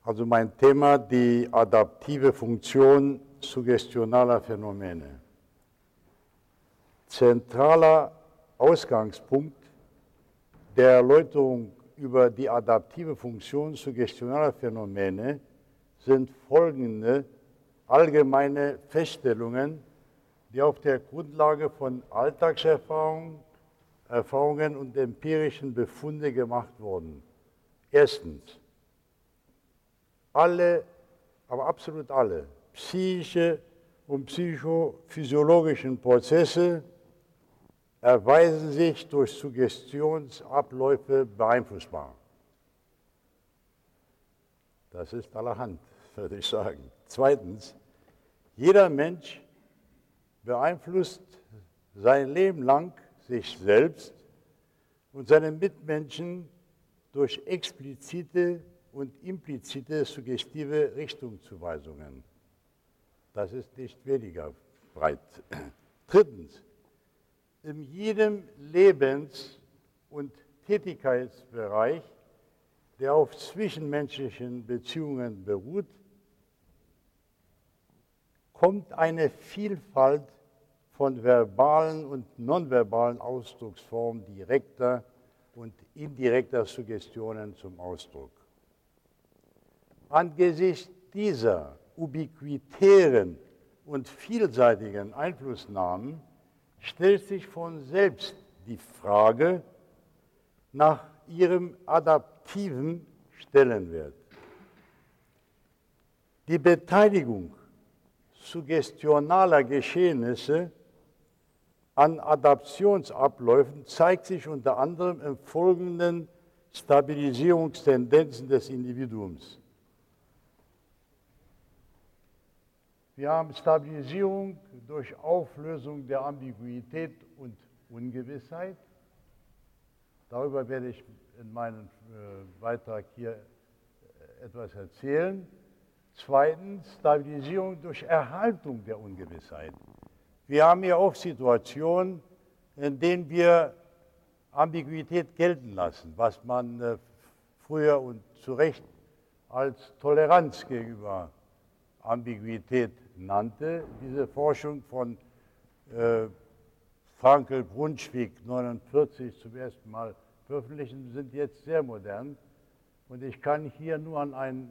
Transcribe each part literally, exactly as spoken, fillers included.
Also mein Thema, die adaptive Funktion suggestionaler Phänomene. Zentraler Ausgangspunkt der Erläuterung über die adaptive Funktion suggestionaler Phänomene sind folgende allgemeine Feststellungen, die auf der Grundlage von Alltagserfahrungen Erfahrungen und empirischen Befunde gemacht wurden. Erstens, alle, aber absolut alle, psychische und psychophysiologischen Prozesse erweisen sich durch Suggestionsabläufe beeinflussbar. Das ist allerhand, würde ich sagen. Zweitens, jeder Mensch beeinflusst sein Leben lang sich selbst und seine Mitmenschen durch explizite und implizite suggestive Richtungszuweisungen. Das ist nicht weniger breit. Drittens, in jedem Lebens- und Tätigkeitsbereich, der auf zwischenmenschlichen Beziehungen beruht, kommt eine Vielfalt von verbalen und nonverbalen Ausdrucksformen direkter und indirekter Suggestionen zum Ausdruck. Angesichts dieser ubiquitären und vielseitigen Einflussnahmen stellt sich von selbst die Frage nach ihrem adaptiven Stellenwert. Die Beteiligung suggestionaler Geschehnisse an Adaptionsabläufen zeigt sich unter anderem in folgenden Stabilisierungstendenzen des Individuums. Wir haben Stabilisierung durch Auflösung der Ambiguität und Ungewissheit. Darüber werde ich in meinem äh, Beitrag hier äh, etwas erzählen. Zweitens, Stabilisierung durch Erhaltung der Ungewissheit. Wir haben hier oft Situationen, in denen wir Ambiguität gelten lassen, was man äh, früher und zu Recht als Toleranz gegenüber Ambiguität nannte. Diese Forschung von äh, Frankl Brunschwig neunundvierzig zum ersten Mal veröffentlicht, sind jetzt sehr modern. Und ich kann hier nur an einen,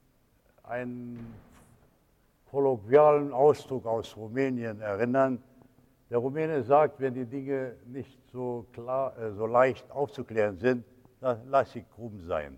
einen kolloquialen Ausdruck aus Rumänien erinnern. Der Rumäne sagt, wenn die Dinge nicht so klar, äh, so leicht aufzuklären sind, dann lass sie krumm sein.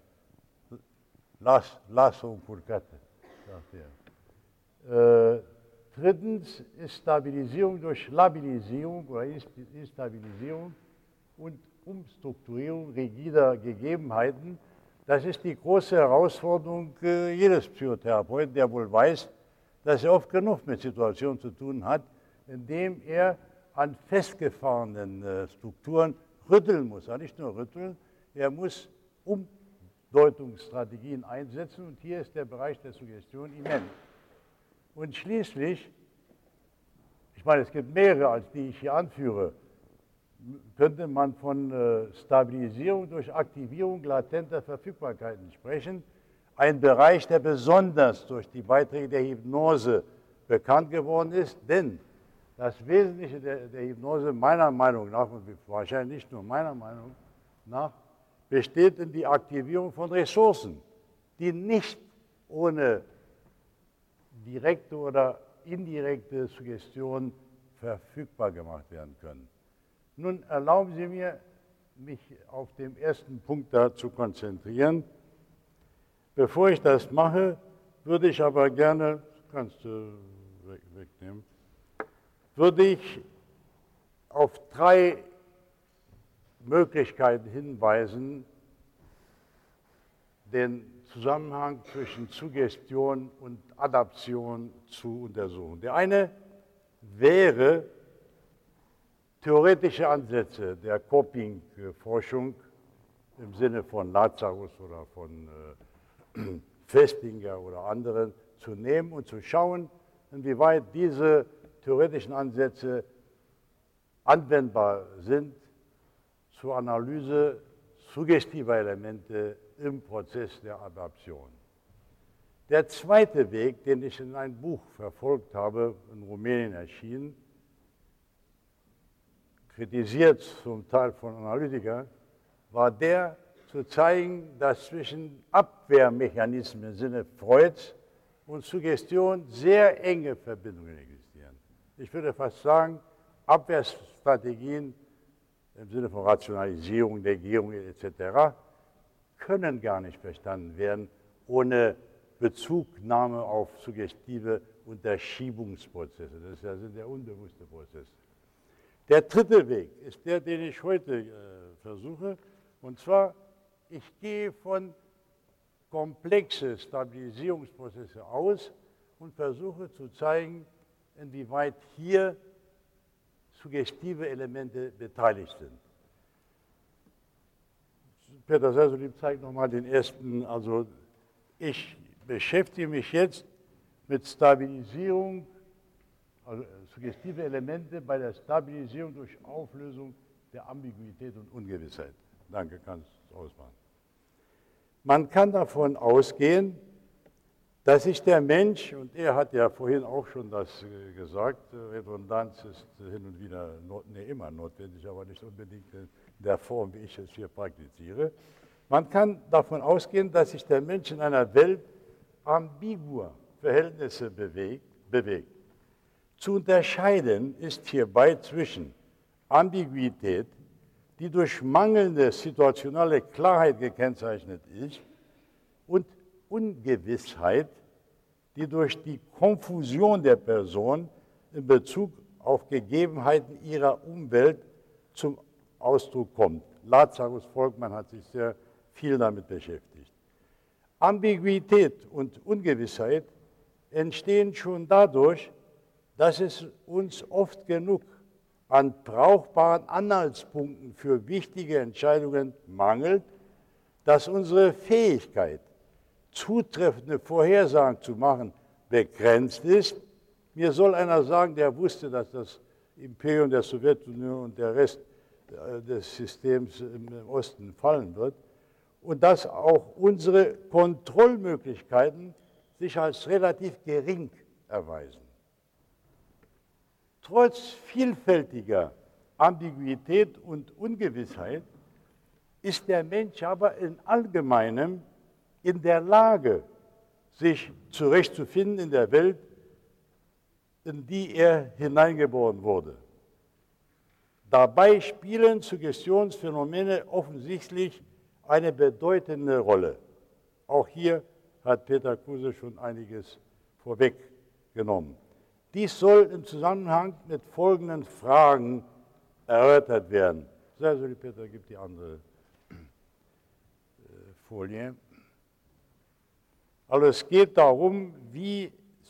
Lass, lasso purcate, sagt er. Äh, drittens ist Stabilisierung durch Labilisierung oder Instabilisierung und Umstrukturierung rigider Gegebenheiten. Das ist die große Herausforderung äh, jedes Psychotherapeuten, der wohl weiß, dass er oft genug mit Situationen zu tun hat, in denen er an festgefahrenen äh, Strukturen rütteln muss. Aber nicht nur rütteln, er muss Umdeutungsstrategien einsetzen und hier ist der Bereich der Suggestion immens. Und schließlich, ich meine, es gibt mehrere, als die ich hier anführe, könnte man von äh, Stabilisierung durch Aktivierung latenter Verfügbarkeiten sprechen. Ein Bereich, der besonders durch die Beiträge der Hypnose bekannt geworden ist, denn das Wesentliche der, der Hypnose meiner Meinung nach, und wahrscheinlich nicht nur meiner Meinung nach, besteht in die Aktivierung von Ressourcen, die nicht ohne direkte oder indirekte Suggestion verfügbar gemacht werden können. Nun erlauben Sie mir, mich auf den ersten Punkt da zu konzentrieren. Bevor ich das mache, würde ich aber gerne, kannst du wegnehmen, würde ich auf drei Möglichkeiten hinweisen, den Zusammenhang zwischen Suggestion und Adaption zu untersuchen. Der eine wäre theoretische Ansätze der Coping-Forschung im Sinne von Lazarus oder von äh, Festinger oder anderen zu nehmen und zu schauen, inwieweit diese theoretischen Ansätze anwendbar sind zur Analyse suggestiver Elemente im Prozess der Adaption. Der zweite Weg, den ich in einem Buch verfolgt habe, in Rumänien erschienen, kritisiert zum Teil von Analytikern, war der zu zeigen, dass zwischen Abwehrmechanismen im Sinne Freuds und Suggestion sehr enge Verbindungen existieren. Ich würde fast sagen, Abwehrstrategien im Sinne von Rationalisierung, Negierung et cetera können gar nicht verstanden werden ohne Bezugnahme auf suggestive Unterschiebungsprozesse. Das ist ja der unbewusste Prozess. Der dritte Weg ist der, den ich heute äh, versuche, und zwar, ich gehe von komplexen Stabilisierungsprozessen aus und versuche zu zeigen, inwieweit hier suggestive Elemente beteiligt sind. Peter Sasolin zeigt nochmal den ersten, also ich beschäftige mich jetzt mit Stabilisierung, also suggestive Elemente bei der Stabilisierung durch Auflösung der Ambiguität und Ungewissheit. Danke, kannst du ausmachen. Man kann davon ausgehen, dass sich der Mensch, und er hat ja vorhin auch schon das gesagt, Redundanz ist hin und wieder, ne, immer notwendig, aber nicht unbedingt in der Form, wie ich es hier praktiziere. Man kann davon ausgehen, dass sich der Mensch in einer Welt ambiguer Verhältnisse bewegt, bewegt. Zu unterscheiden ist hierbei zwischen Ambiguität, die durch mangelnde situationale Klarheit gekennzeichnet ist, und Ungewissheit, die durch die Konfusion der Person in Bezug auf Gegebenheiten ihrer Umwelt zum Ausdruck kommt. Lazarus Volkmann hat sich sehr viel damit beschäftigt. Ambiguität und Ungewissheit entstehen schon dadurch, dass es uns oft genug an brauchbaren Anhaltspunkten für wichtige Entscheidungen mangelt, dass unsere Fähigkeit, zutreffende Vorhersagen zu machen, begrenzt ist. Mir soll einer sagen, der wusste, dass das Imperium der Sowjetunion und der Rest des Systems im Osten fallen wird und dass auch unsere Kontrollmöglichkeiten sich als relativ gering erweisen. Trotz vielfältiger Ambiguität und Ungewissheit ist der Mensch aber in Allgemeinem in der Lage, sich zurechtzufinden in der Welt, in die er hineingeboren wurde. Dabei spielen Suggestionsphänomene offensichtlich eine bedeutende Rolle. Auch hier hat Peter Kruse schon einiges vorweggenommen. Dies soll im Zusammenhang mit folgenden Fragen erörtert werden. Sehr so, Peter, gibt die andere Folie. Also es geht darum, wie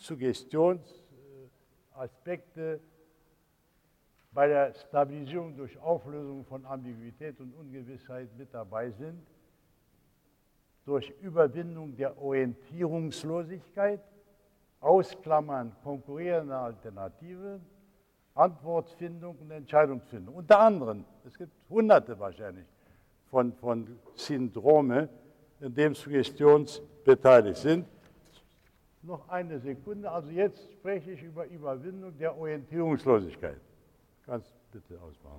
Suggestionsaspekte bei der Stabilisierung durch Auflösung von Ambiguität und Ungewissheit mit dabei sind, durch Überwindung der Orientierungslosigkeit, Ausklammern konkurrierender Alternativen, Antwortfindung und Entscheidungsfindung. Unter anderem, es gibt hunderte wahrscheinlich von, von Syndrome, in denen Suggestions beteiligt sind. Noch eine Sekunde, also jetzt spreche ich über Überwindung der Orientierungslosigkeit. Kannst du bitte ausmachen.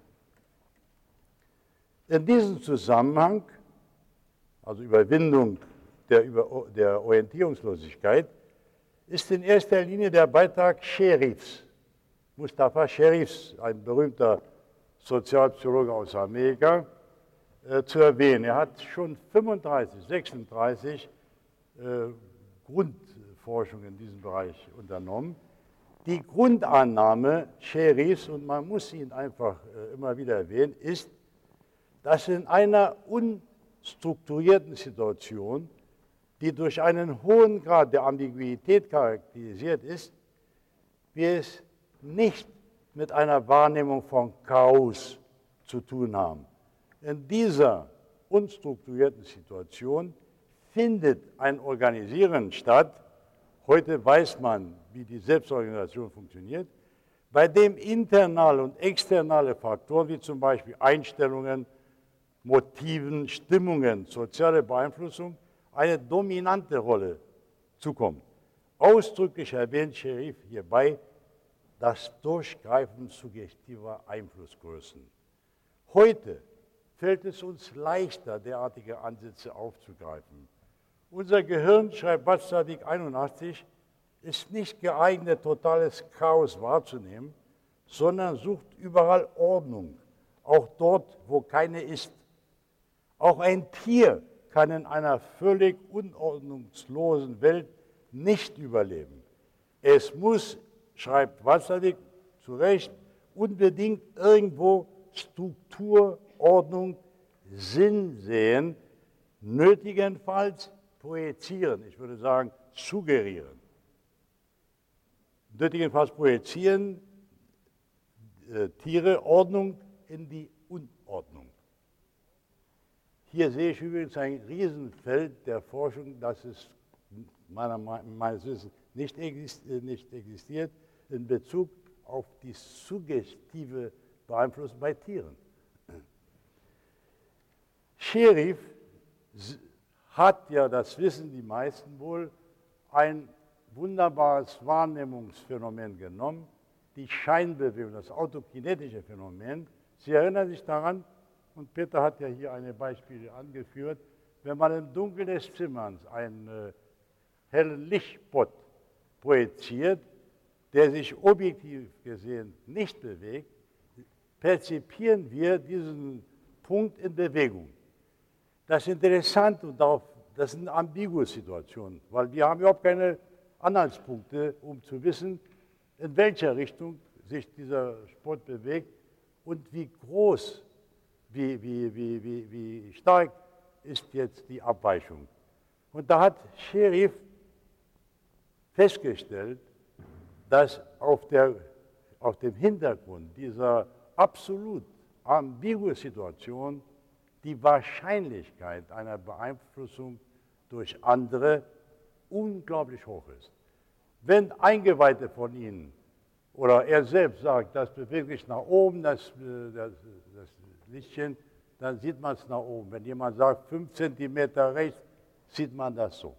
In diesem Zusammenhang, also Überwindung der, über, der Orientierungslosigkeit, ist in erster Linie der Beitrag Sherifs, Mustafa Sherifs, ein berühmter Sozialpsychologe aus Amerika, äh, zu erwähnen. Er hat schon fünfunddreißig, sechsunddreißig äh, Grundforschung in diesem Bereich unternommen. Die Grundannahme Sherifs, und man muss ihn einfach äh, immer wieder erwähnen, ist, dass in einer unstrukturierten Situation, die durch einen hohen Grad der Ambiguität charakterisiert ist, wir es nicht mit einer Wahrnehmung von Chaos zu tun haben. In dieser unstrukturierten Situation findet ein Organisieren statt. Heute weiß man, wie die Selbstorganisation funktioniert, bei dem internale und externe Faktoren wie zum Beispiel Einstellungen, Motiven, Stimmungen, soziale Beeinflussung eine dominante Rolle zukommt. Ausdrücklich erwähnt Scherif hierbei das Durchgreifen suggestiver Einflussgrößen. Heute fällt es uns leichter, derartige Ansätze aufzugreifen. Unser Gehirn, schreibt Watzlawick einundachtzig, ist nicht geeignet, totales Chaos wahrzunehmen, sondern sucht überall Ordnung, auch dort, wo keine ist. Auch ein Tier kann in einer völlig unordnungslosen Welt nicht überleben. Es muss, schreibt Watzlawick zu Recht, unbedingt irgendwo Struktur, Ordnung, Sinn sehen, nötigenfalls projizieren, ich würde sagen suggerieren. Nötigenfalls projizieren äh, Tiere Ordnung in die Unordnung. Hier sehe ich übrigens ein Riesenfeld der Forschung, das es meiner, meines Wissens nicht existiert in Bezug auf die suggestive Beeinflussung bei Tieren. Scherif hat ja, das wissen die meisten wohl, ein wunderbares Wahrnehmungsphänomen genommen, die Scheinbewegung, das autokinetische Phänomen. Sie erinnern sich daran, und Peter hat ja hier eine Beispiele angeführt, wenn man im Dunkeln des Zimmers einen äh, hellen Lichtspot projiziert, der sich objektiv gesehen nicht bewegt, perzipieren wir diesen Punkt in Bewegung. Das ist interessant und darauf, das sind ambiguë Situationen, weil wir haben überhaupt keine Anhaltspunkte, um zu wissen, in welcher Richtung sich dieser Spot bewegt und wie groß, wie, wie, wie, wie, wie stark ist jetzt die Abweichung. Und da hat Scherif festgestellt, dass auf, der, auf dem Hintergrund dieser absolut ambiguë Situation die Wahrscheinlichkeit einer Beeinflussung durch andere unglaublich hoch ist. Wenn Eingeweihte von Ihnen oder er selbst sagt, das bewegt sich nach oben, das, das, das Lichtchen, dann sieht man es nach oben. Wenn jemand sagt, fünf Zentimeter rechts, sieht man das so.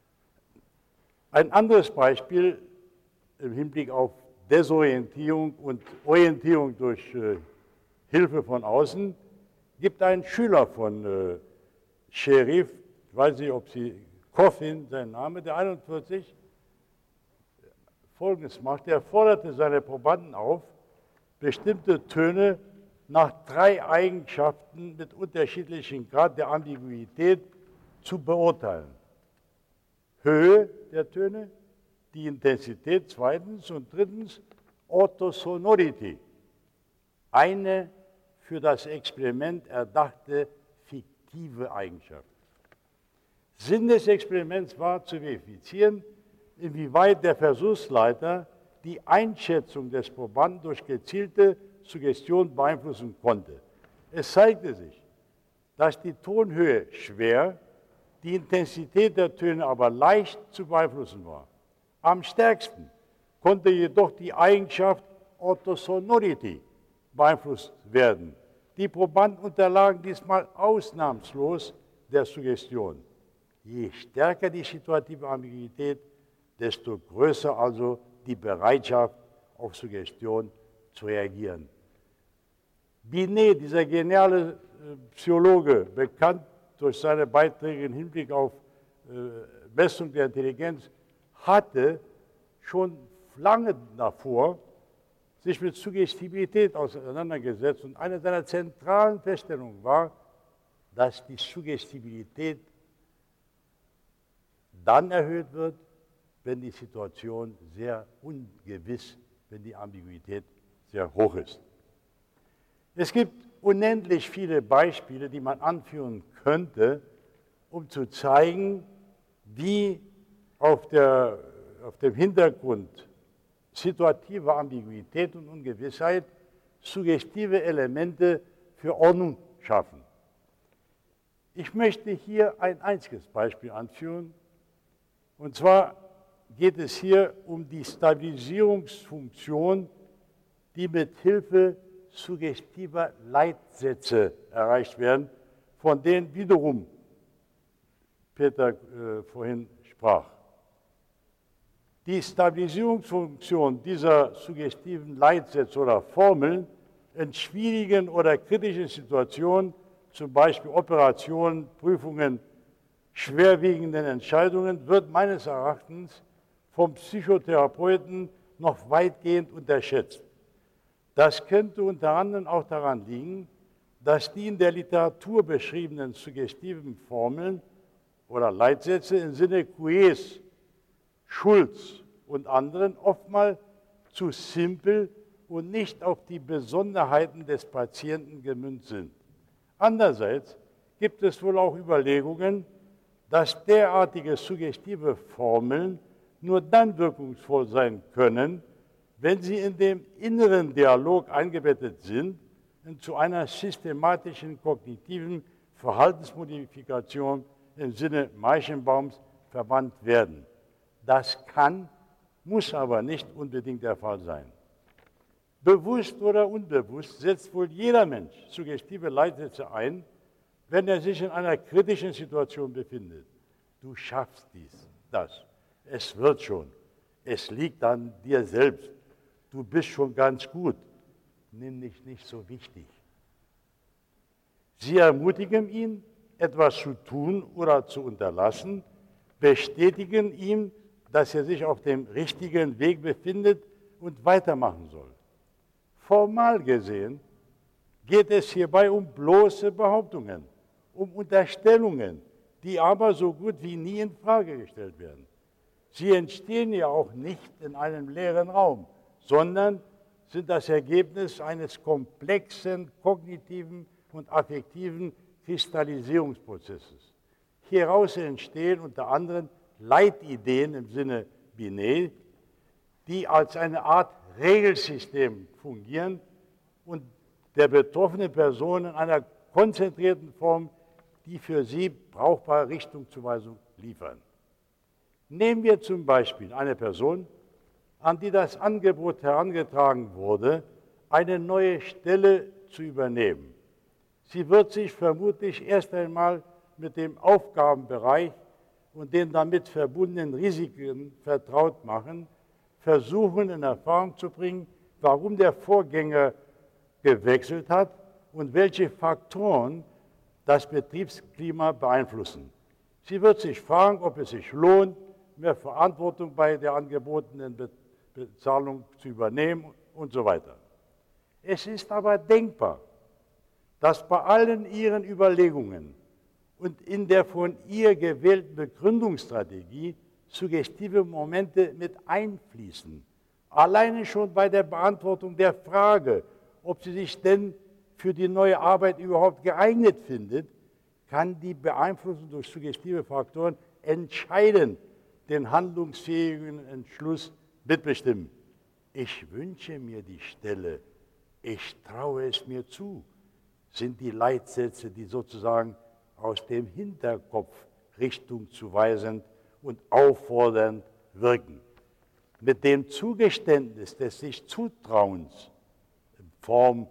Ein anderes Beispiel im Hinblick auf Desorientierung und Orientierung durch äh, Hilfe von außen gibt ein Schüler von äh, Scherif, ich weiß nicht, ob Sie, Coffin, sein Name, der einundvierzig, Folgendes macht. Er forderte seine Probanden auf, bestimmte Töne nach drei Eigenschaften mit unterschiedlichem Grad der Ambiguität zu beurteilen. Höhe der Töne, die Intensität zweitens und drittens Orthosonority, eine für das Experiment erdachte fiktive Eigenschaft. Sinn des Experiments war zu verifizieren, inwieweit der Versuchsleiter die Einschätzung des Probanden durch gezielte Suggestion beeinflussen konnte. Es zeigte sich, dass die Tonhöhe schwer, die Intensität der Töne aber leicht zu beeinflussen war. Am stärksten konnte jedoch die Eigenschaft Orthosonority beeinflusst werden. Die Probanden unterlagen diesmal ausnahmslos der Suggestion. Je stärker die situative Ambiguität, desto größer also die Bereitschaft, auf Suggestion zu reagieren. Binet, dieser geniale Psychologe, bekannt durch seine Beiträge im Hinblick auf äh, Messung der Intelligenz, hatte schon lange davor sich mit Suggestibilität auseinandergesetzt und eine seiner zentralen Feststellungen war, dass die Suggestibilität dann erhöht wird, wenn die Situation sehr ungewiss, wenn die Ambiguität sehr hoch ist. Es gibt unendlich viele Beispiele, die man anführen könnte, um zu zeigen, wie auf, der, auf dem Hintergrund situativer Ambiguität und Ungewissheit suggestive Elemente für Ordnung schaffen. Ich möchte hier ein einziges Beispiel anführen, und zwar geht es hier um die Stabilisierungsfunktion, die mit Hilfe suggestiver Leitsätze erreicht werden, von denen wiederum Peter äh, vorhin sprach. Die Stabilisierungsfunktion dieser suggestiven Leitsätze oder Formeln in schwierigen oder kritischen Situationen, zum Beispiel Operationen, Prüfungen, schwerwiegenden Entscheidungen, wird meines Erachtens vom Psychotherapeuten noch weitgehend unterschätzt. Das könnte unter anderem auch daran liegen, dass die in der Literatur beschriebenen suggestiven Formeln oder Leitsätze im Sinne Coués, Schulz und anderen oftmals zu simpel und nicht auf die Besonderheiten des Patienten gemünzt sind. Andererseits gibt es wohl auch Überlegungen, dass derartige suggestive Formeln nur dann wirkungsvoll sein können, wenn sie in dem inneren Dialog eingebettet sind und zu einer systematischen kognitiven Verhaltensmodifikation im Sinne Meichenbaums verwandt werden. Das kann, muss aber nicht unbedingt der Fall sein. Bewusst oder unbewusst setzt wohl jeder Mensch suggestive Leitsätze ein, wenn er sich in einer kritischen Situation befindet. Du schaffst dies, das, es wird schon, es liegt an dir selbst, du bist schon ganz gut, nimm dich nicht so wichtig. Sie ermutigen ihn, etwas zu tun oder zu unterlassen, bestätigen ihm, dass er sich auf dem richtigen Weg befindet und weitermachen soll. Formal gesehen geht es hierbei um bloße Behauptungen, um Unterstellungen, die aber so gut wie nie in Frage gestellt werden. Sie entstehen ja auch nicht in einem leeren Raum, sondern sind das Ergebnis eines komplexen kognitiven und affektiven Kristallisierungsprozesses. Hieraus entstehen unter anderem Leitideen im Sinne Binet, die als eine Art Regelsystem fungieren und der betroffenen Person in einer konzentrierten Form die für sie brauchbare Richtungszuweisung liefern. Nehmen wir zum Beispiel eine Person, an die das Angebot herangetragen wurde, eine neue Stelle zu übernehmen. Sie wird sich vermutlich erst einmal mit dem Aufgabenbereich und den damit verbundenen Risiken vertraut machen, versuchen in Erfahrung zu bringen, warum der Vorgänger gewechselt hat und welche Faktoren das Betriebsklima beeinflussen. Sie wird sich fragen, ob es sich lohnt, mehr Verantwortung bei der angebotenen Bezahlung zu übernehmen und so weiter. Es ist aber denkbar, dass bei allen ihren Überlegungen und in der von ihr gewählten Begründungsstrategie suggestive Momente mit einfließen. Alleine schon bei der Beantwortung der Frage, ob sie sich denn für die neue Arbeit überhaupt geeignet findet, kann die Beeinflussung durch suggestive Faktoren entscheidend den handlungsfähigen Entschluss mitbestimmen. Ich wünsche mir die Stelle, ich traue es mir zu, sind die Leitsätze, die sozusagen aus dem Hinterkopf richtungszuweisend und auffordernd wirken. Mit dem Zugeständnis des sich Zutrauens in Form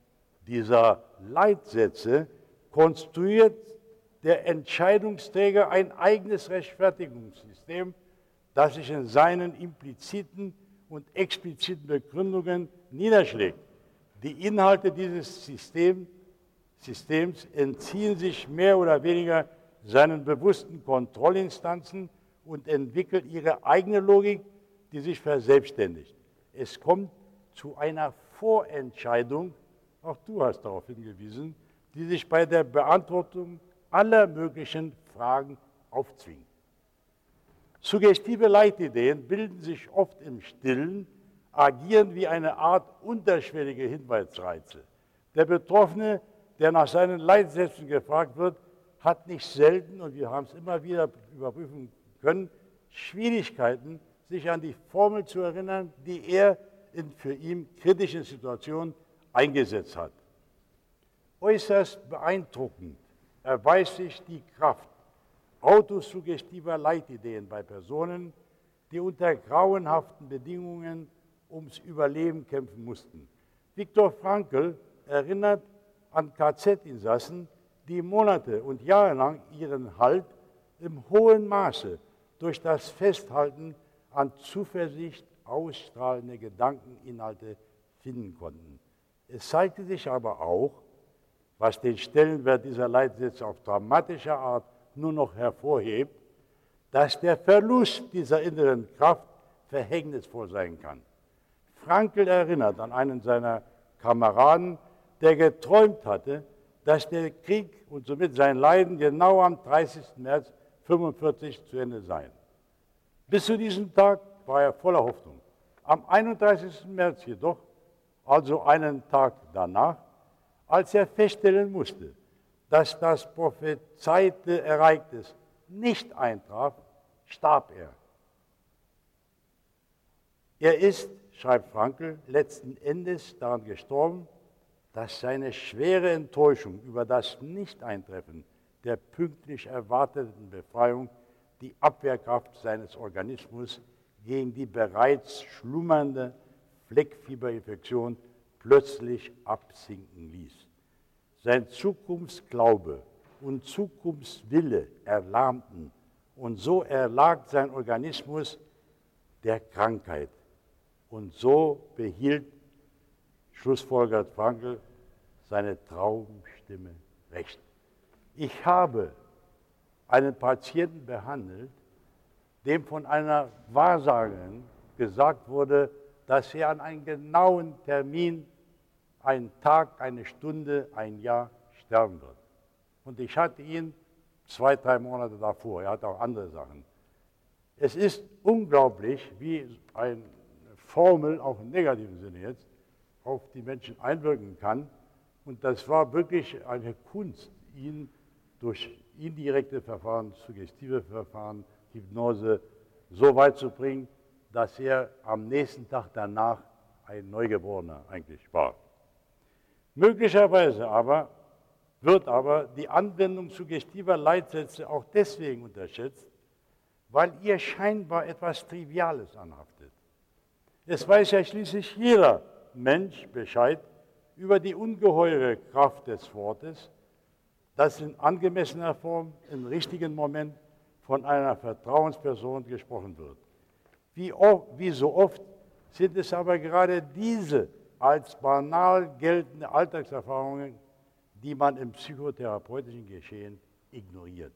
dieser Leitsätze konstruiert der Entscheidungsträger ein eigenes Rechtfertigungssystem, das sich in seinen impliziten und expliziten Begründungen niederschlägt. Die Inhalte dieses System, Systems entziehen sich mehr oder weniger seinen bewussten Kontrollinstanzen und entwickeln ihre eigene Logik, die sich verselbstständigt. Es kommt zu einer Vorentscheidung, auch du hast darauf hingewiesen, die sich bei der Beantwortung aller möglichen Fragen aufzwingt. Suggestive Leitideen bilden sich oft im Stillen, agieren wie eine Art unterschwellige Hinweisreize. Der Betroffene, der nach seinen Leitsätzen gefragt wird, hat nicht selten, und wir haben es immer wieder überprüfen können, Schwierigkeiten, sich an die Formel zu erinnern, die er in für ihn kritischen Situationen eingesetzt hat. Äußerst beeindruckend erweist sich die Kraft autosuggestiver Leitideen bei Personen, die unter grauenhaften Bedingungen ums Überleben kämpfen mussten. Viktor Frankl erinnert an K Z-Insassen, die Monate und Jahre lang ihren Halt im hohen Maße durch das Festhalten an Zuversicht ausstrahlende Gedankeninhalte finden konnten. Es zeigte sich aber auch, was den Stellenwert dieser Leitsätze auf dramatische Art nur noch hervorhebt, dass der Verlust dieser inneren Kraft verhängnisvoll sein kann. Frankl erinnert an einen seiner Kameraden, der geträumt hatte, dass der Krieg und somit sein Leiden genau am dreißigsten März neunzehnhundertfünfundvierzig zu Ende seien. Bis zu diesem Tag war er voller Hoffnung. Am einunddreißigsten März jedoch, also einen Tag danach, als er feststellen musste, dass das prophezeite Ereignis nicht eintraf, starb er. Er ist, schreibt Frankl, letzten Endes daran gestorben, dass seine schwere Enttäuschung über das Nicht-Eintreffen der pünktlich erwarteten Befreiung die Abwehrkraft seines Organismus gegen die bereits schlummernde Fleckfieberinfektion plötzlich absinken ließ. Sein Zukunftsglaube und Zukunftswille erlahmten und so erlag sein Organismus der Krankheit. Und so behielt, schlussfolgert Frankl, seine Traumstimme recht. Ich habe einen Patienten behandelt, dem von einer Wahrsagerin gesagt wurde, dass er an einem genauen Termin, einen Tag, eine Stunde, ein Jahr sterben wird. Und ich hatte ihn zwei, drei Monate davor, er hat auch andere Sachen. Es ist unglaublich, wie eine Formel, auch im negativen Sinne jetzt, auf die Menschen einwirken kann. Und das war wirklich eine Kunst, ihn durch indirekte Verfahren, suggestive Verfahren, Hypnose so weit zu bringen, dass er am nächsten Tag danach ein Neugeborener eigentlich war. Möglicherweise aber wird aber die Anwendung suggestiver Leitsätze auch deswegen unterschätzt, weil ihr scheinbar etwas Triviales anhaftet. Es weiß ja schließlich jeder Mensch Bescheid über die ungeheure Kraft des Wortes, das in angemessener Form im richtigen Moment von einer Vertrauensperson gesprochen wird. Wie, oft, wie so oft sind es aber gerade diese als banal geltende Alltagserfahrungen, die man im psychotherapeutischen Geschehen ignoriert.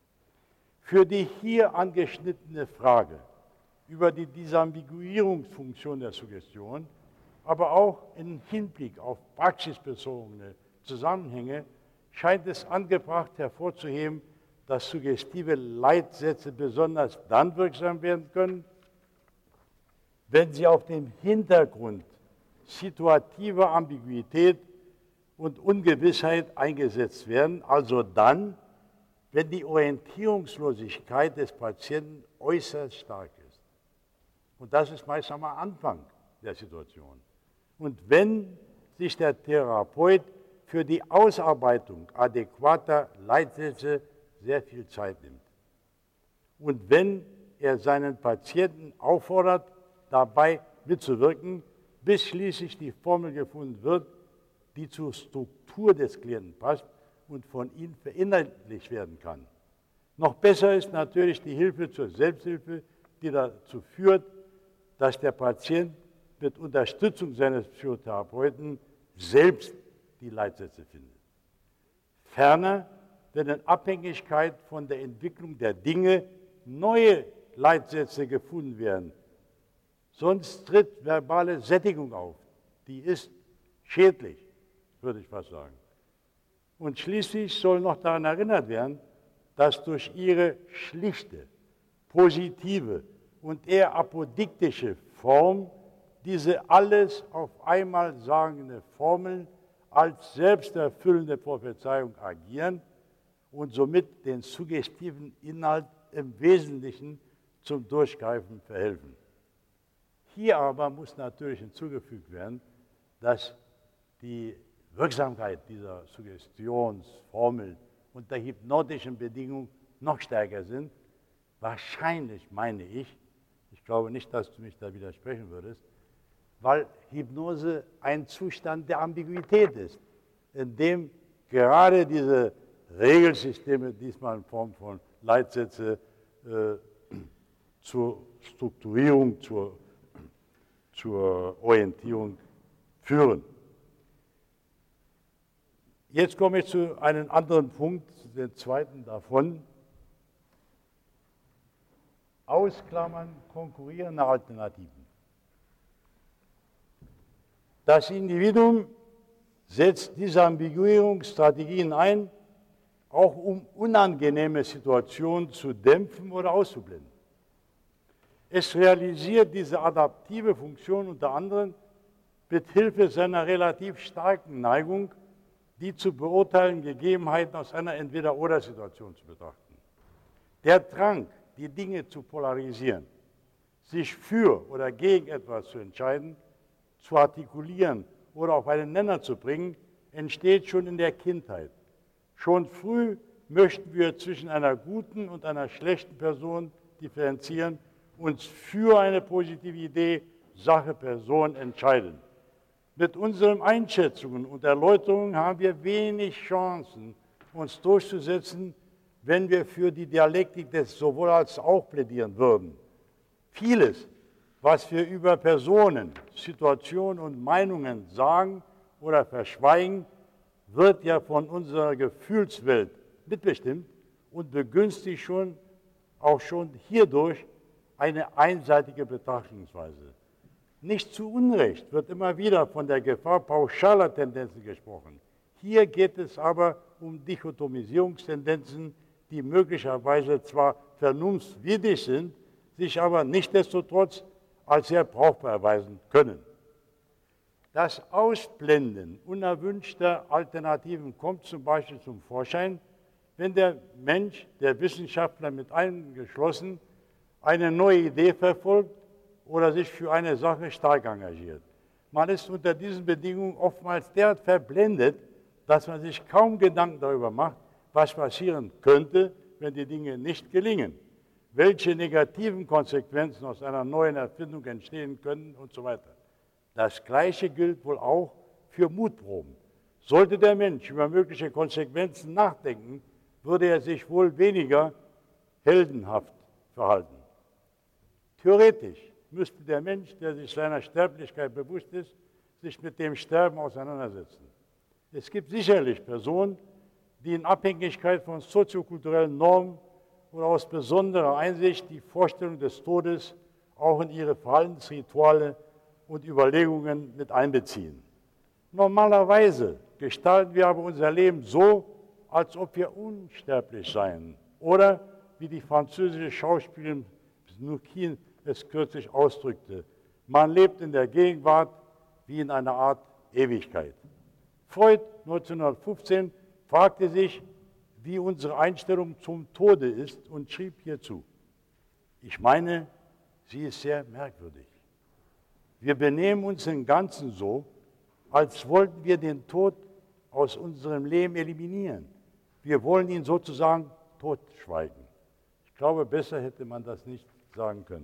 Für die hier angeschnittene Frage über die Disambiguierungsfunktion der Suggestion, aber auch im Hinblick auf praxisbezogene Zusammenhänge, scheint es angebracht hervorzuheben, dass suggestive Leitsätze besonders dann wirksam werden können, wenn sie auf dem Hintergrund situativer Ambiguität und Ungewissheit eingesetzt werden, also dann, wenn die Orientierungslosigkeit des Patienten äußerst stark ist. Und das ist meist am Anfang der Situation. Und wenn sich der Therapeut für die Ausarbeitung adäquater Leitsätze sehr viel Zeit nimmt. Und wenn er seinen Patienten auffordert, dabei mitzuwirken, bis schließlich die Formel gefunden wird, die zur Struktur des Klienten passt und von ihm verinnerlicht werden kann. Noch besser ist natürlich die Hilfe zur Selbsthilfe, die dazu führt, dass der Patient mit Unterstützung seines Psychotherapeuten selbst die Leitsätze findet. Ferner, wenn in Abhängigkeit von der Entwicklung der Dinge neue Leitsätze gefunden werden, sonst tritt verbale Sättigung auf. Die ist schädlich, würde ich fast sagen. Und schließlich soll noch daran erinnert werden, dass durch ihre schlichte, positive und eher apodiktische Form diese alles auf einmal sagende Formeln als selbsterfüllende Prophezeiung agieren und somit den suggestiven Inhalt im Wesentlichen zum Durchgreifen verhelfen. Hier aber muss natürlich hinzugefügt werden, dass die Wirksamkeit dieser Suggestionsformel unter hypnotischen Bedingungen noch stärker sind. Wahrscheinlich meine ich, ich glaube nicht, dass du mich da widersprechen würdest, weil Hypnose ein Zustand der Ambiguität ist, in dem gerade diese Regelsysteme, diesmal in Form von Leitsätze, äh, zur Strukturierung, zur, zur Orientierung führen. Jetzt komme ich zu einem anderen Punkt, den zweiten davon. Ausklammern konkurrierende Alternativen. Das Individuum setzt diese Ambiguierungsstrategien ein, auch um unangenehme Situationen zu dämpfen oder auszublenden. Es realisiert diese adaptive Funktion unter anderem mit Hilfe seiner relativ starken Neigung, die zu beurteilen Gegebenheiten aus einer Entweder-oder-Situation zu betrachten. Der Drang, die Dinge zu polarisieren, sich für oder gegen etwas zu entscheiden, zu artikulieren oder auf einen Nenner zu bringen, entsteht schon in der Kindheit. Schon früh möchten wir zwischen einer guten und einer schlechten Person differenzieren, uns für eine positive Idee, Sache, Person entscheiden. Mit unseren Einschätzungen und Erläuterungen haben wir wenig Chancen, uns durchzusetzen, wenn wir für die Dialektik des Sowohl als auch plädieren würden. Vieles, was wir über Personen, Situationen und Meinungen sagen oder verschweigen, wird ja von unserer Gefühlswelt mitbestimmt und begünstigt schon, auch schon hierdurch eine einseitige Betrachtungsweise. Nicht zu Unrecht wird immer wieder von der Gefahr pauschaler Tendenzen gesprochen. Hier geht es aber um Dichotomisierungstendenzen, die möglicherweise zwar vernunftswidrig sind, sich aber nichtsdestotrotz als sehr brauchbar erweisen können. Das Ausblenden unerwünschter Alternativen kommt zum Beispiel zum Vorschein, wenn der Mensch, der Wissenschaftler mit eingeschlossen, eine neue Idee verfolgt oder sich für eine Sache stark engagiert. Man ist unter diesen Bedingungen oftmals derart verblendet, dass man sich kaum Gedanken darüber macht, was passieren könnte, wenn die Dinge nicht gelingen, welche negativen Konsequenzen aus einer neuen Erfindung entstehen können und so weiter. Das Gleiche gilt wohl auch für Mutproben. Sollte der Mensch über mögliche Konsequenzen nachdenken, würde er sich wohl weniger heldenhaft verhalten. Theoretisch müsste der Mensch, der sich seiner Sterblichkeit bewusst ist, sich mit dem Sterben auseinandersetzen. Es gibt sicherlich Personen, die in Abhängigkeit von soziokulturellen Normen oder aus besonderer Einsicht die Vorstellung des Todes auch in ihre Verhaltensrituale und Überlegungen mit einbeziehen. Normalerweise gestalten wir aber unser Leben so, als ob wir unsterblich seien. Oder, wie die französische Schauspielerin Nukin es kürzlich ausdrückte, man lebt in der Gegenwart wie in einer Art Ewigkeit. Freud neunzehnhundertfünfzehn fragte sich, wie unsere Einstellung zum Tode ist und schrieb hierzu: Ich meine, sie ist sehr merkwürdig. Wir benehmen uns im Ganzen so, als wollten wir den Tod aus unserem Leben eliminieren. Wir wollen ihn sozusagen totschweigen. Ich glaube, besser hätte man das nicht sagen können.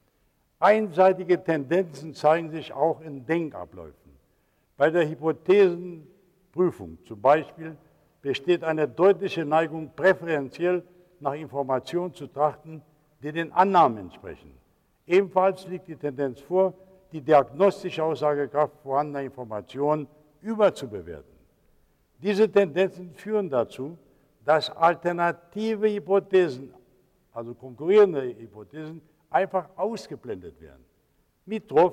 Einseitige Tendenzen zeigen sich auch in Denkabläufen. Bei der Hypothesenprüfung zum Beispiel besteht eine deutliche Neigung, präferenziell nach Informationen zu trachten, die den Annahmen entsprechen. Ebenfalls liegt die Tendenz vor, die diagnostische Aussagekraft vorhandener Informationen überzubewerten. Diese Tendenzen führen dazu, dass alternative Hypothesen, also konkurrierende Hypothesen, einfach ausgeblendet werden. Mitrow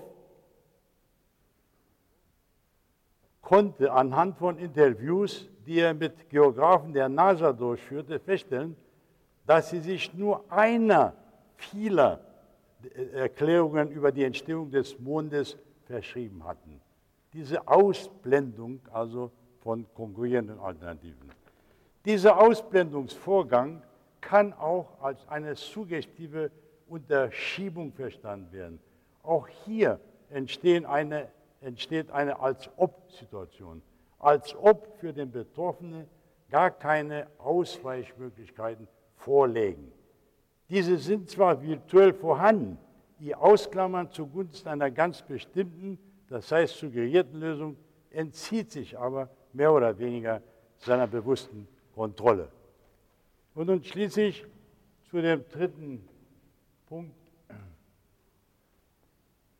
konnte anhand von Interviews, die er mit Geographen der NASA durchführte, feststellen, dass sie sich nur einer vieler Erklärungen über die Entstehung des Mondes verschrieben hatten. Diese Ausblendung also von konkurrierenden Alternativen. Dieser Ausblendungsvorgang kann auch als eine suggestive Unterschiebung verstanden werden. Auch hier entstehen eine, entsteht eine Als-Ob-Situation. Als ob für den Betroffenen gar keine Ausweichmöglichkeiten vorlägen. Diese sind zwar virtuell vorhanden, ihr Ausklammern zugunsten einer ganz bestimmten, das heißt suggerierten Lösung, entzieht sich aber mehr oder weniger seiner bewussten Kontrolle. Und nun schließlich zu dem dritten Punkt,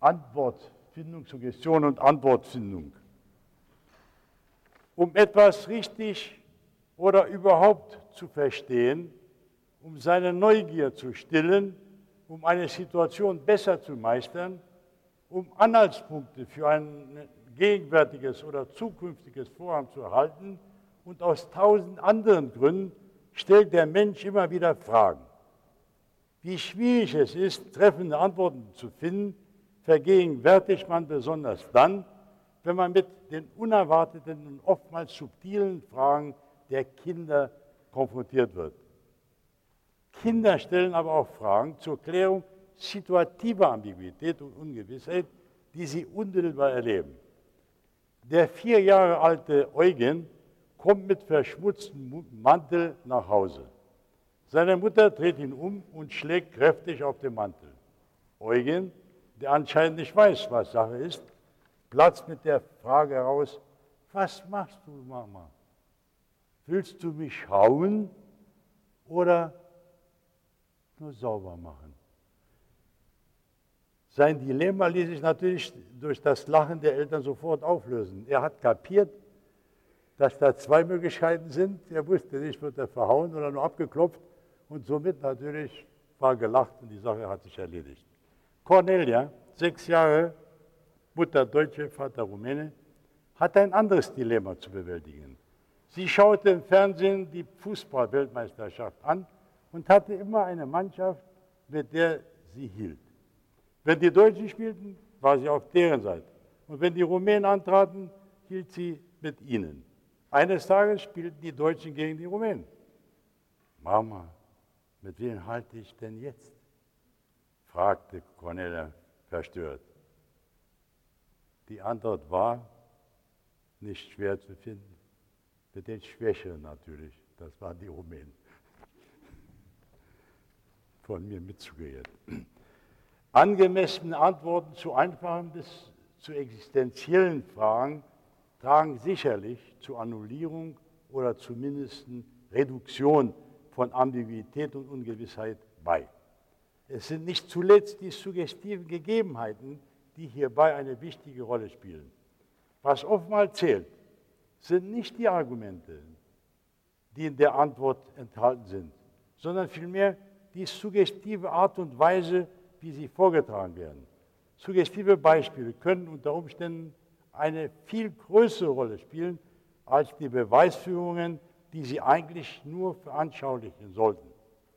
Antwortfindung, Suggestion und Antwortfindung. Um etwas richtig oder überhaupt zu verstehen, um seine Neugier zu stillen, um eine Situation besser zu meistern, um Anhaltspunkte für ein gegenwärtiges oder zukünftiges Vorhaben zu erhalten und aus tausend anderen Gründen stellt der Mensch immer wieder Fragen. Wie schwierig es ist, treffende Antworten zu finden, vergegenwärtigt man besonders dann, wenn man mit den unerwarteten und oftmals subtilen Fragen der Kinder konfrontiert wird. Kinder stellen aber auch Fragen zur Klärung situativer Ambiguität und Ungewissheit, die sie unmittelbar erleben. Der vier Jahre alte Eugen kommt mit verschmutztem Mantel nach Hause. Seine Mutter dreht ihn um und schlägt kräftig auf den Mantel. Eugen, der anscheinend nicht weiß, was Sache ist, platzt mit der Frage heraus: Was machst du, Mama? Willst du mich hauen oder nur sauber machen? Sein Dilemma ließ sich natürlich durch das Lachen der Eltern sofort auflösen. Er hat kapiert, dass da zwei Möglichkeiten sind. Er wusste nicht, wird er verhauen oder nur abgeklopft. Und somit natürlich war gelacht und die Sache hat sich erledigt. Cornelia, sechs Jahre, Mutter Deutsche, Vater Rumäne, hatte ein anderes Dilemma zu bewältigen. Sie schaute im Fernsehen die Fußball-Weltmeisterschaft an und hatte immer eine Mannschaft, mit der sie hielt. Wenn die Deutschen spielten, war sie auf deren Seite. Und wenn die Rumänen antraten, hielt sie mit ihnen. Eines Tages spielten die Deutschen gegen die Rumänen. Mama, mit wem halte ich denn jetzt? Fragte Cornelia verstört. Die Antwort war nicht schwer zu finden. Mit den Schwächeren natürlich, das waren die Rumänen. Von mir mitzugeirrt. Angemessene Antworten zu einfachen bis zu existenziellen Fragen tragen sicherlich zur Annullierung oder zumindest Reduktion von Ambiguität und Ungewissheit bei. Es sind nicht zuletzt die suggestiven Gegebenheiten, die hierbei eine wichtige Rolle spielen. Was oftmals zählt, sind nicht die Argumente, die in der Antwort enthalten sind, sondern vielmehr die suggestive Art und Weise, wie sie vorgetragen werden. Suggestive Beispiele können unter Umständen eine viel größere Rolle spielen als die Beweisführungen, die sie eigentlich nur veranschaulichen sollten.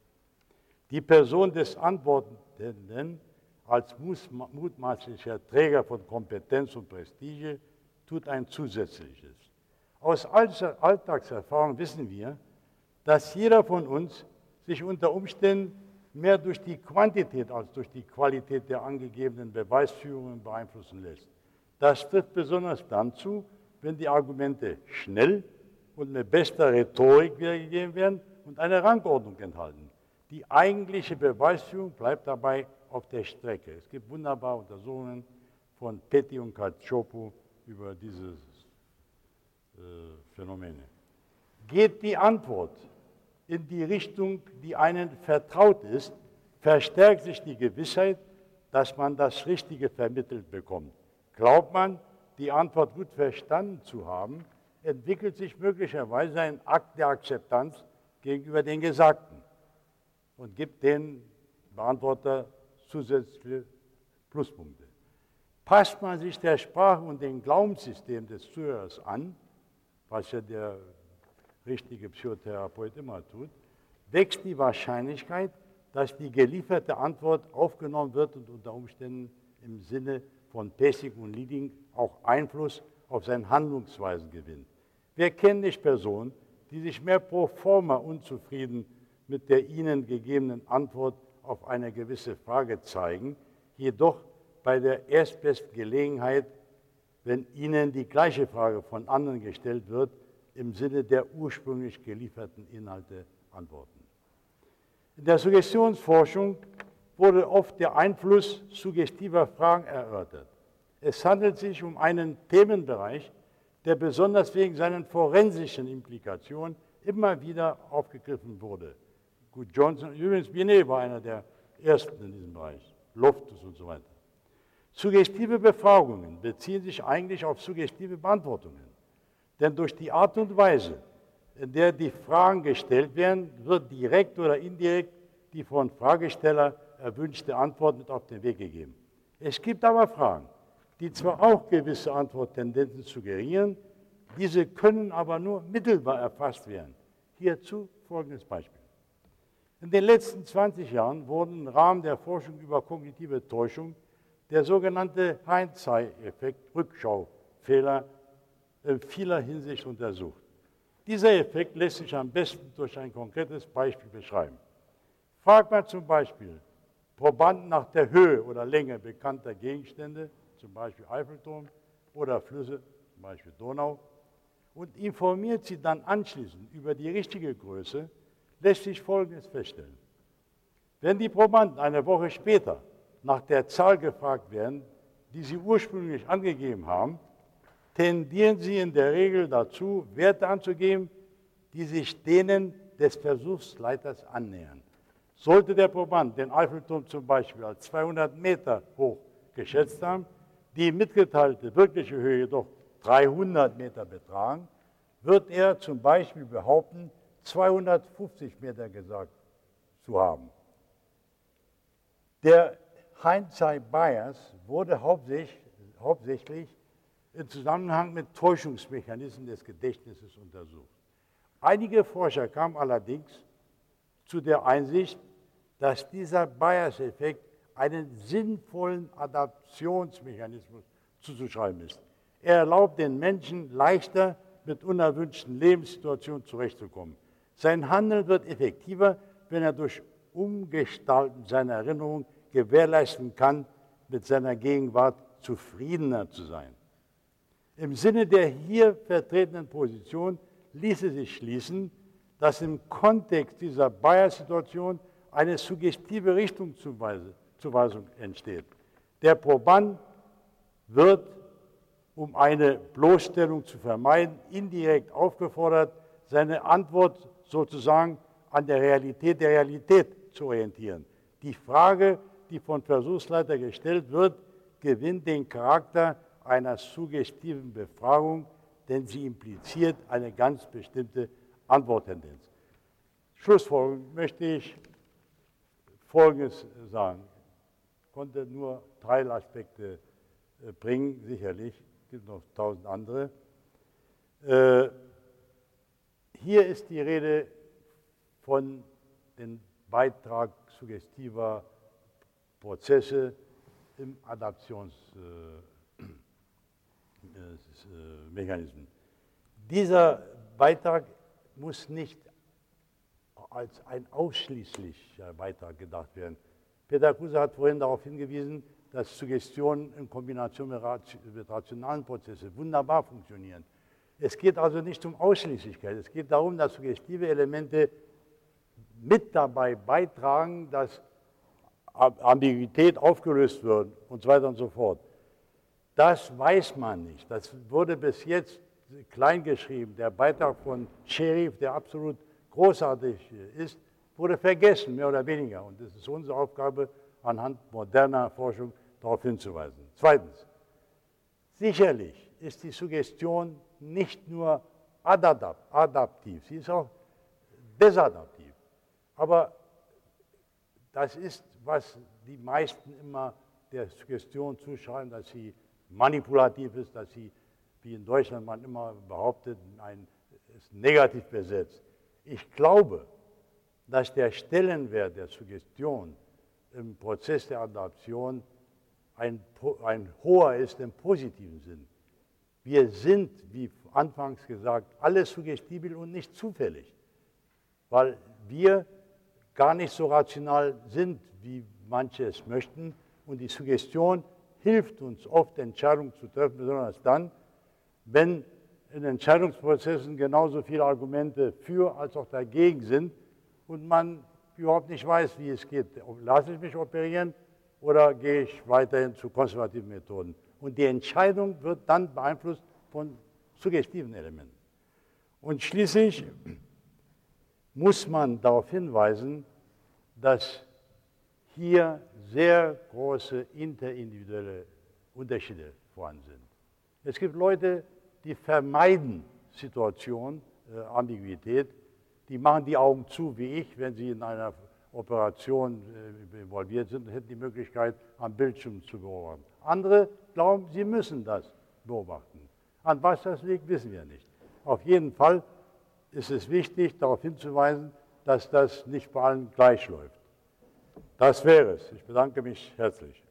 Die Person des Antwortenden als mutmaßlicher Träger von Kompetenz und Prestige tut ein zusätzliches. Aus Alltagserfahrung wissen wir, dass jeder von uns sich unter Umständen mehr durch die Quantität als durch die Qualität der angegebenen Beweisführungen beeinflussen lässt. Das trifft besonders dann zu, wenn die Argumente schnell und mit bester Rhetorik wiedergegeben werden und eine Rangordnung enthalten. Die eigentliche Beweisführung bleibt dabei auf der Strecke. Es gibt wunderbare Untersuchungen von Petty und Cacioppo über diese äh, Phänomene. Geht die Antwort in die Richtung, die einem vertraut ist, verstärkt sich die Gewissheit, dass man das Richtige vermittelt bekommt. Glaubt man, die Antwort gut verstanden zu haben, entwickelt sich möglicherweise ein Akt der Akzeptanz gegenüber den Gesagten und gibt den Beantworter zusätzliche Pluspunkte. Passt man sich der Sprache und dem Glaubenssystem des Zuhörers an, was ja der richtige Psychotherapeut immer tut, wächst die Wahrscheinlichkeit, dass die gelieferte Antwort aufgenommen wird und unter Umständen im Sinne von Pacing und Leading auch Einfluss auf seine Handlungsweisen gewinnt. Wir kennen nicht Personen, die sich mehr pro forma unzufrieden mit der ihnen gegebenen Antwort auf eine gewisse Frage zeigen, jedoch bei der erstbesten Gelegenheit, wenn ihnen die gleiche Frage von anderen gestellt wird, im Sinne der ursprünglich gelieferten Inhalte antworten. In der Suggestionsforschung wurde oft der Einfluss suggestiver Fragen erörtert. Es handelt sich um einen Themenbereich, der besonders wegen seinen forensischen Implikationen immer wieder aufgegriffen wurde. Gut, Johnson, übrigens Binet war einer der ersten in diesem Bereich, Loftus und so weiter. Suggestive Befragungen beziehen sich eigentlich auf suggestive Beantwortungen. Denn durch die Art und Weise, in der die Fragen gestellt werden, wird direkt oder indirekt die von Fragesteller erwünschte Antwort mit auf den Weg gegeben. Es gibt aber Fragen, die zwar auch gewisse Antworttendenzen suggerieren, diese können aber nur mittelbar erfasst werden. Hierzu folgendes Beispiel. In den letzten zwanzig Jahren wurden im Rahmen der Forschung über kognitive Täuschung der sogenannte Hindsight-Effekt, Rückschaufehler, in vieler Hinsicht untersucht. Dieser Effekt lässt sich am besten durch ein konkretes Beispiel beschreiben. Fragt man zum Beispiel Probanden nach der Höhe oder Länge bekannter Gegenstände, zum Beispiel Eiffelturm oder Flüsse, zum Beispiel Donau, und informiert sie dann anschließend über die richtige Größe, lässt sich Folgendes feststellen. Wenn die Probanden eine Woche später nach der Zahl gefragt werden, die sie ursprünglich angegeben haben, tendieren sie in der Regel dazu, Werte anzugeben, die sich denen des Versuchsleiters annähern. Sollte der Proband den Eiffelturm zum Beispiel als zweihundert Meter hoch geschätzt haben, die mitgeteilte wirkliche Höhe jedoch dreihundert Meter betragen, wird er zum Beispiel behaupten, zweihundertfünfzig Meter gesagt zu haben. Der Hindsight Bias wurde hauptsächlich, hauptsächlich im Zusammenhang mit Täuschungsmechanismen des Gedächtnisses untersucht. Einige Forscher kamen allerdings zu der Einsicht, dass dieser Bias-Effekt einen sinnvollen Adaptionsmechanismus zuzuschreiben ist. Er erlaubt den Menschen leichter mit unerwünschten Lebenssituationen zurechtzukommen. Sein Handeln wird effektiver, wenn er durch Umgestalten seiner Erinnerung gewährleisten kann, mit seiner Gegenwart zufriedener zu sein. Im Sinne der hier vertretenen Position ließe sich schließen, dass im Kontext dieser Bias-Situation eine suggestive Richtungszuweisung entsteht. Der Proband wird, um eine Bloßstellung zu vermeiden, indirekt aufgefordert, seine Antwort sozusagen an der Realität der Realität zu orientieren. Die Frage, die vom Versuchsleiter gestellt wird, gewinnt den Charakter einer suggestiven Befragung, denn sie impliziert eine ganz bestimmte Antworttendenz. Schlussfolgernd möchte ich Folgendes sagen. Ich konnte nur drei Aspekte bringen, sicherlich, es gibt noch tausend andere. Hier ist die Rede von dem Beitrag suggestiver Prozesse im Adaptionsmechanismus. Dieser Beitrag muss nicht als ein ausschließlicher Beitrag gedacht werden. Peter Kruse hat vorhin darauf hingewiesen, dass Suggestionen in Kombination mit rationalen Prozessen wunderbar funktionieren. Es geht also nicht um Ausschließlichkeit, es geht darum, dass suggestive Elemente mit dabei beitragen, dass Ambiguität aufgelöst wird und so weiter und so fort. Das weiß man nicht. Das wurde bis jetzt kleingeschrieben. Der Beitrag von Sherif, der absolut großartig ist, wurde vergessen, mehr oder weniger. Und es ist unsere Aufgabe, anhand moderner Forschung darauf hinzuweisen. Zweitens, sicherlich ist die Suggestion nicht nur adaptiv, sie ist auch desadaptiv. Aber das ist, was die meisten immer der Suggestion zuschreiben, dass sie manipulativ ist, dass sie, wie in Deutschland man immer behauptet, ein, ist negativ besetzt. Ich glaube, dass der Stellenwert der Suggestion im Prozess der Adaption ein, ein hoher ist im positiven Sinn. Wir sind, wie anfangs gesagt, alle suggestibel und nicht zufällig, weil wir gar nicht so rational sind, wie manche es möchten. Und die Suggestion hilft uns oft, Entscheidungen zu treffen, besonders dann, wenn in Entscheidungsprozessen genauso viele Argumente für als auch dagegen sind und man überhaupt nicht weiß, wie es geht. Lasse ich mich operieren oder gehe ich weiterhin zu konservativen Methoden? Und die Entscheidung wird dann beeinflusst von suggestiven Elementen. Und schließlich muss man darauf hinweisen, dass hier sehr große interindividuelle Unterschiede vorhanden sind. Es gibt Leute, die vermeiden Situationen, äh, Ambiguität, die machen die Augen zu, wie ich, wenn sie in einer Operation äh, involviert sind und hätten die Möglichkeit, am Bildschirm zu beobachten. Andere glauben, sie müssen das beobachten. An was das liegt, wissen wir nicht. Auf jeden Fall ist es wichtig, darauf hinzuweisen, dass das nicht bei allen gleich läuft. Das wäre es. Ich bedanke mich herzlich.